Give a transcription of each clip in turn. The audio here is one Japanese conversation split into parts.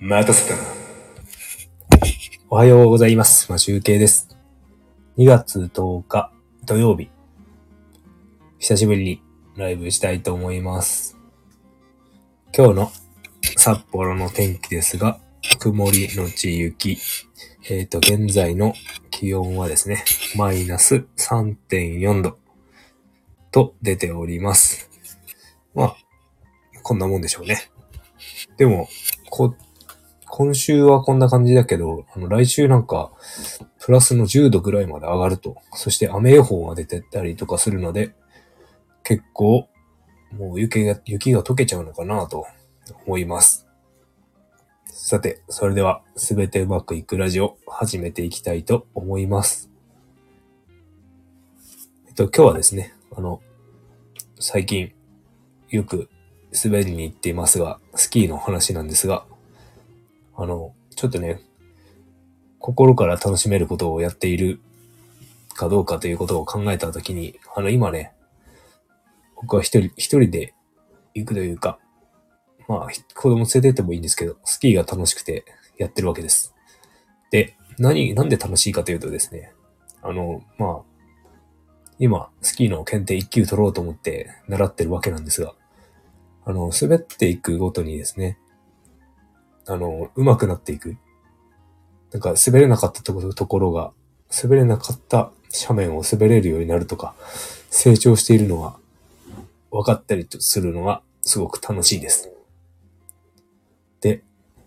待たせたな。おはようございます。集計です。2月10日土曜日。久しぶりにライブしたいと思います。今日の札幌の天気ですが、曇りのち雪。現在の気温はですね、マイナス 3.4 度と出ております。まあ、こんなもんでしょうね。でも、今週はこんな感じだけど、来週なんか、プラスの10度ぐらいまで上がると。そして雨予報が出てたりとかするので、結構、もう雪が溶けちゃうのかなと思います。さて、それでは、すべてうまくいくラジオ、始めていきたいと思います。今日はですね、最近、よく滑りに行っていますが、スキーの話なんですが、ちょっとね、心から楽しめることをやっているかどうかということを考えたときに、今ね、僕は一人で行くというか、まあ、子供連れてってもいいんですけど、スキーが楽しくてやってるわけです。で、なんで楽しいかというとですね、まあ、今、スキーの検定1級取ろうと思って習ってるわけなんですが、滑っていくごとにですね、上手くなっていく。なんか滑れなかったところが、滑れなかった斜面を滑れるようになるとか、成長しているのが分かったりするのがすごく楽しいです。で、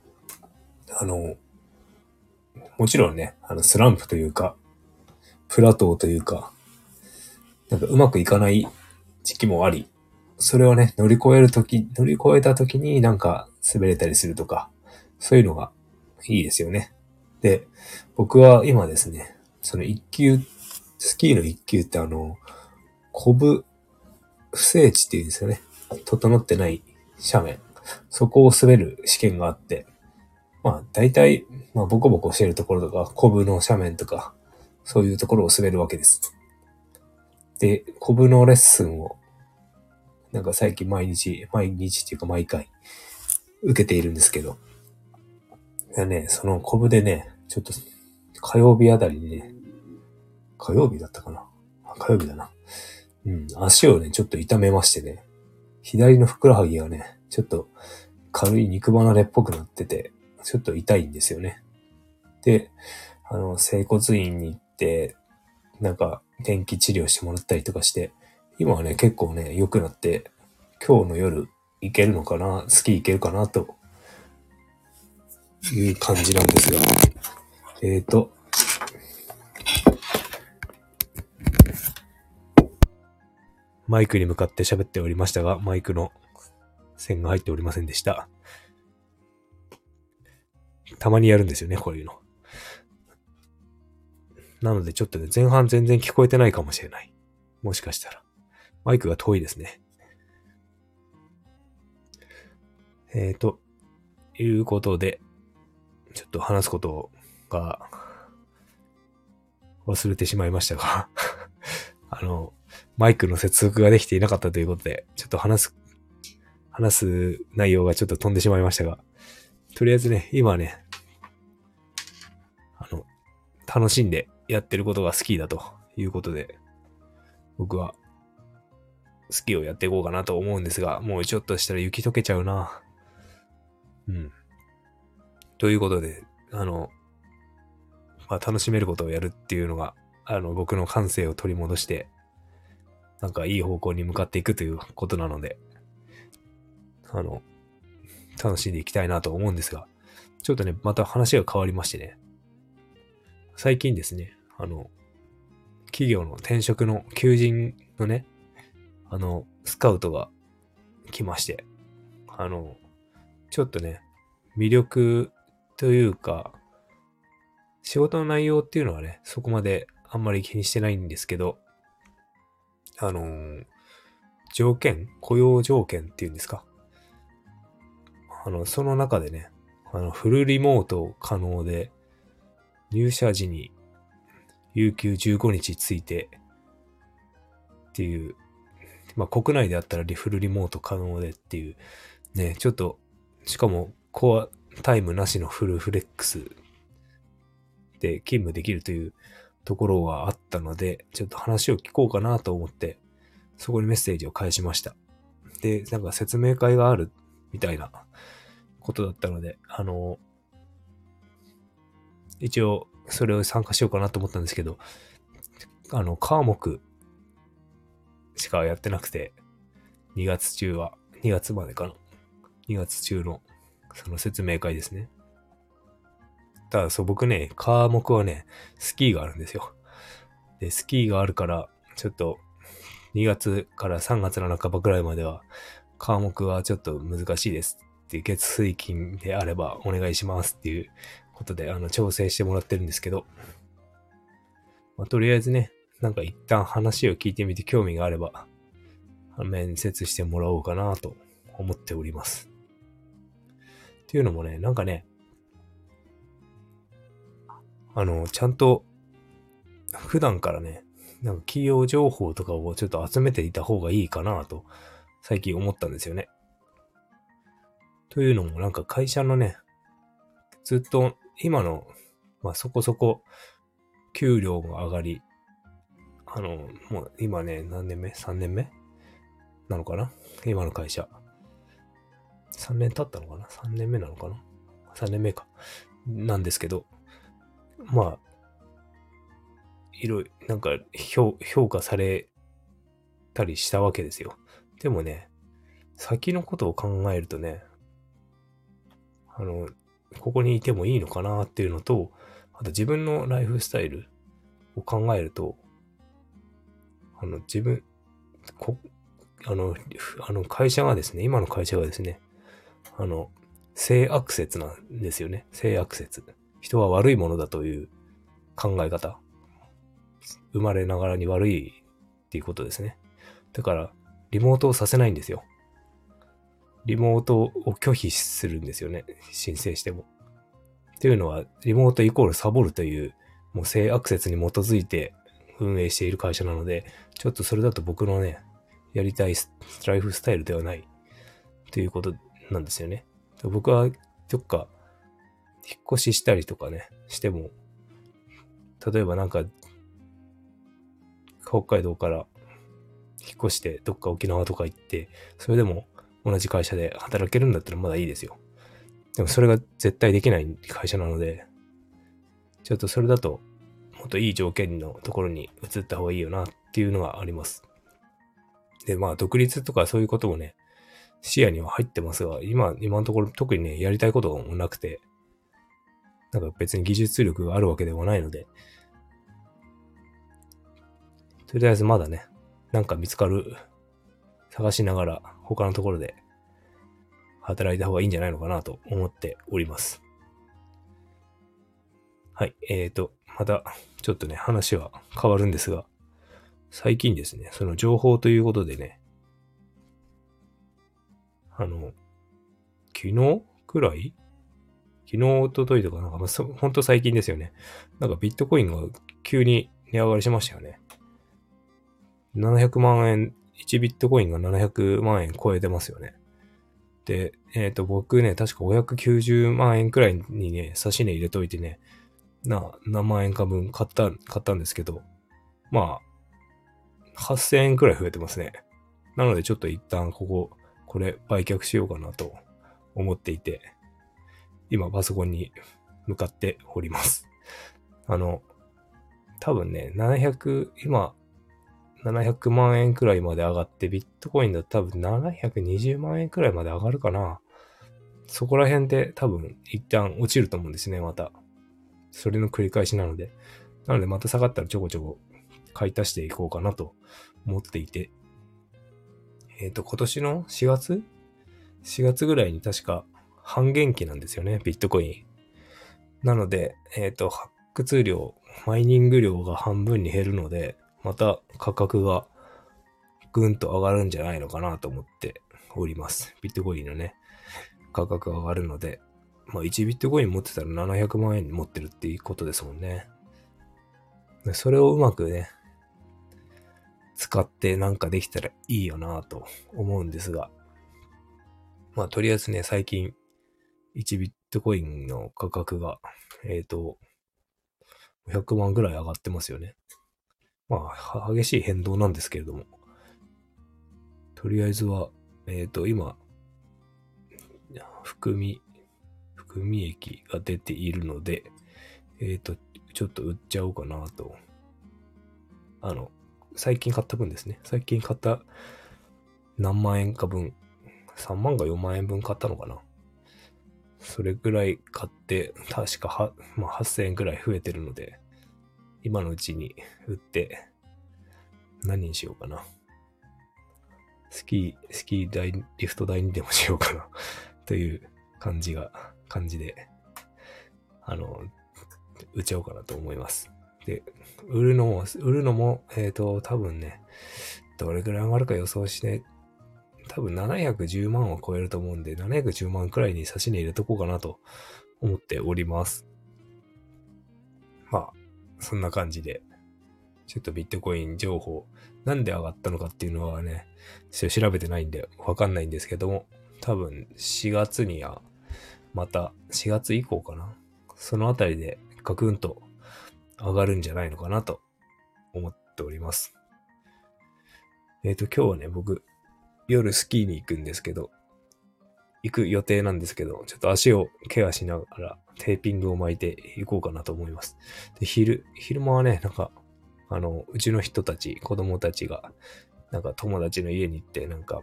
もちろんね、スランプというか、プラトーというか、なんかうまくいかない時期もあり、それをね、乗り越えた時になんか滑れたりするとか、そういうのがいいですよね。で、僕は今ですね、その一級、スキーの一級ってコブ不整地っていうんですよね。整ってない斜面。そこを滑る試験があって、まあ大体、ボコボコしてるところとか、コブの斜面とか、そういうところを滑るわけです。で、コブのレッスンを、なんか最近毎日っていうか毎回受けているんですけど、ね、そのコブでね、ちょっと火曜日あたりにね、火曜日だったかな？火曜日だな。足をね、ちょっと痛めましてね、左のふくらはぎがね、ちょっと軽い肉離れっぽくなってて、ちょっと痛いんですよね。で、整骨院に行って、なんか、電気治療してもらったりとかして、今はね、結構ね、良くなって、今日の夜行けるのかな、スキー行けるかな、という感じなんですが、マイクに向かって喋っておりましたが、マイクの線が入っておりませんでした。たまにやるんですよね、こういうの。なのでちょっとね、前半全然聞こえてないかもしれない。もしかしたら。マイクが遠いですね。いうことで、ちょっと話すことが忘れてしまいましたが、マイクの接続ができていなかったということで、ちょっと話す内容がちょっと飛んでしまいましたが、とりあえずね、今ね、楽しんでやってることが好きだということで、僕はスキーをやっていこうかなと思うんですが、もうちょっとしたら雪溶けちゃうな。ということで、楽しめることをやるっていうのが、僕の感性を取り戻して、なんかいい方向に向かっていくということなので、楽しんでいきたいなと思うんですが、ちょっとね、また話が変わりましてね、最近ですね、企業の転職の求人のね、スカウトが来まして、ちょっとね、魅力というか、仕事の内容っていうのはね、そこまであんまり気にしてないんですけど、雇用条件っていうんですか。その中でね、フルリモート可能で、入社時に有給15日ついてっていう、国内であったらフルリモート可能でっていう、ね、ちょっと、しかもタイムなしのフルフレックスで勤務できるというところはあったので、ちょっと話を聞こうかなと思って、そこにメッセージを返しました。で、なんか説明会があるみたいなことだったので、一応それを参加しようかなと思ったんですけど、科目しかやってなくて、2月までかな。2月中のその説明会ですね。ただ僕ね、科目はね、スキーがあるんですよ。で、スキーがあるから、ちょっと2月から3月の半ばくらいまでは、科目はちょっと難しいですっていう月水金であればお願いしますっていうことで、調整してもらってるんですけど、とりあえずね、なんか一旦話を聞いてみて興味があれば、面接してもらおうかなと思っております。っていうのもね、なんかね、ちゃんと、普段からね、なんか企業情報とかをちょっと集めていた方がいいかなと、最近思ったんですよね。というのもなんか会社のね、ずっと今の、そこそこ給料が上がり、もう今ね、何年目 ?3 年目なのかな今の会社。3年経ったのかな ?3 年目なのかな ?3 年目か。なんですけど、いろいろ、なんか評価されたりしたわけですよ。でもね、先のことを考えるとね、ここにいてもいいのかなっていうのと、あと自分のライフスタイルを考えると、自分、会社がですね、今の会社がですね、性悪説なんですよね。性悪説。人は悪いものだという考え方。生まれながらに悪いっていうことですね。だから、リモートをさせないんですよ。リモートを拒否するんですよね。申請しても。っていうのは、リモートイコールサボるという、もう性悪説に基づいて運営している会社なので、ちょっとそれだと僕のね、やりたいライフスタイルではないということなんですよね。僕はどっか引っ越ししたりとかね、しても、例えばなんか、北海道から引っ越してどっか沖縄とか行って、それでも同じ会社で働けるんだったらまだいいですよ。でもそれが絶対できない会社なので、ちょっとそれだともっといい条件のところに移った方がいいよなっていうのがあります。で、独立とかそういうこともね、視野には入ってますが、今のところ特にね、やりたいこともなくて、なんか別に技術力があるわけではないので、とりあえずまだね、なんか見つかる、探しながら他のところで働いた方がいいんじゃないのかなと思っております。はい。また、ちょっとね、話は変わるんですが、最近ですね、その情報ということでね、昨日くらい昨日、一昨日とかなんか、ほんと最近ですよね。なんかビットコインが急に値上がりしましたよね。700万円、1ビットコインが700万円超えてますよね。で、僕ね、確か590万円くらいにね、差し値入れといてね、何万円か分買ったんですけど、8000円くらい増えてますね。なのでちょっと一旦これ売却しようかなと思っていて、今パソコンに向かっております。多分ね、今、700万円くらいまで上がって、ビットコインだと多分720万円くらいまで上がるかな。そこら辺で多分一旦落ちると思うんですね、また。それの繰り返しなので。なのでまた下がったらちょこちょこ買い足していこうかなと思っていて。今年の4月ぐらいに確か半減期なんですよね、ビットコイン。なので、発掘量、マイニング量が半分に減るので、また価格がぐんと上がるんじゃないのかなと思っております。ビットコインのね、価格が上がるので、1ビットコイン持ってたら700万円持ってるっていうことですもんね。それをうまくね、使ってなんかできたらいいよなと思うんですが、とりあえずね、最近1ビットコインの価格が、500万ぐらい上がってますよね。まあ、激しい変動なんですけれども。とりあえずは、今、含み益が出ているので、ちょっと売っちゃおうかなと。最近買った分ですね。最近買った何万円か分、3万か4万円分買ったのかな。それぐらい買って、確か8000円ぐらい増えてるので、今のうちに売って、何にしようかな。スキー代、リフト代にでもしようかな。という感じで、売っちゃおうかなと思います。で、売るのも、多分ね、どれぐらい上がるか予想して、多分710万を超えると思うんで、710万くらいに差し値入れとこうかなと思っております。まあ、そんな感じで、ちょっとビットコイン情報、なんで上がったのかっていうのはね、ちょっと調べてないんでわかんないんですけども、多分4月には、また4月以降かな。そのあたりでガクンと上がるんじゃないのかなと思っております。今日はね、僕、夜スキーに行くんですけど、行く予定なんですけど、ちょっと足をケアしながらテーピングを巻いていこうかなと思います。で、昼間はね、なんか、うちの人たち、子供たちが、なんか友達の家に行って、なんか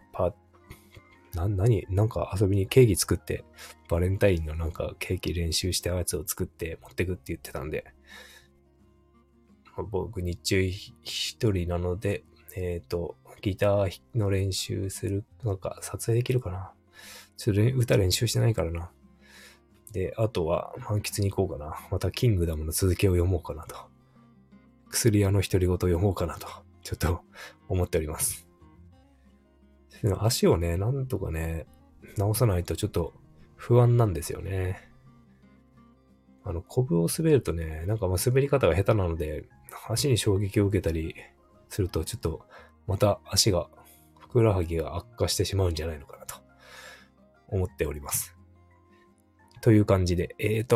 なんか遊びにケーキ作って、バレンタインのなんかケーキ練習したやつを作って持ってくって言ってたんで、僕日中一人なので、ギターの練習する、なんか撮影できるかな。ちょっと歌練習してないからな。で、あとは満喫に行こうかな。またキングダムの続きを読もうかなと。薬屋の独り言を読もうかなと、ちょっと思っております。足をね、なんとかね、直さないとちょっと不安なんですよね。コブを滑るとね、なんか滑り方が下手なので、足に衝撃を受けたりすると、ちょっとまた足が、ふくらはぎが悪化してしまうんじゃないのかなと思っております。という感じで、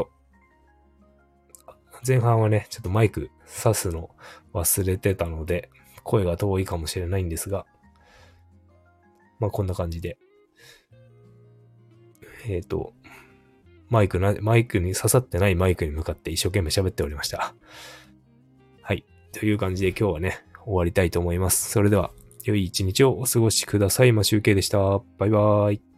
前半はね、ちょっとマイク挿すの忘れてたので、声が遠いかもしれないんですが、まあこんな感じで、マイクに刺さってないマイクに向かって一生懸命喋っておりました。はい。という感じで今日はね、終わりたいと思います。それでは、良い一日をお過ごしください。マシュウケイでした。バイバーイ。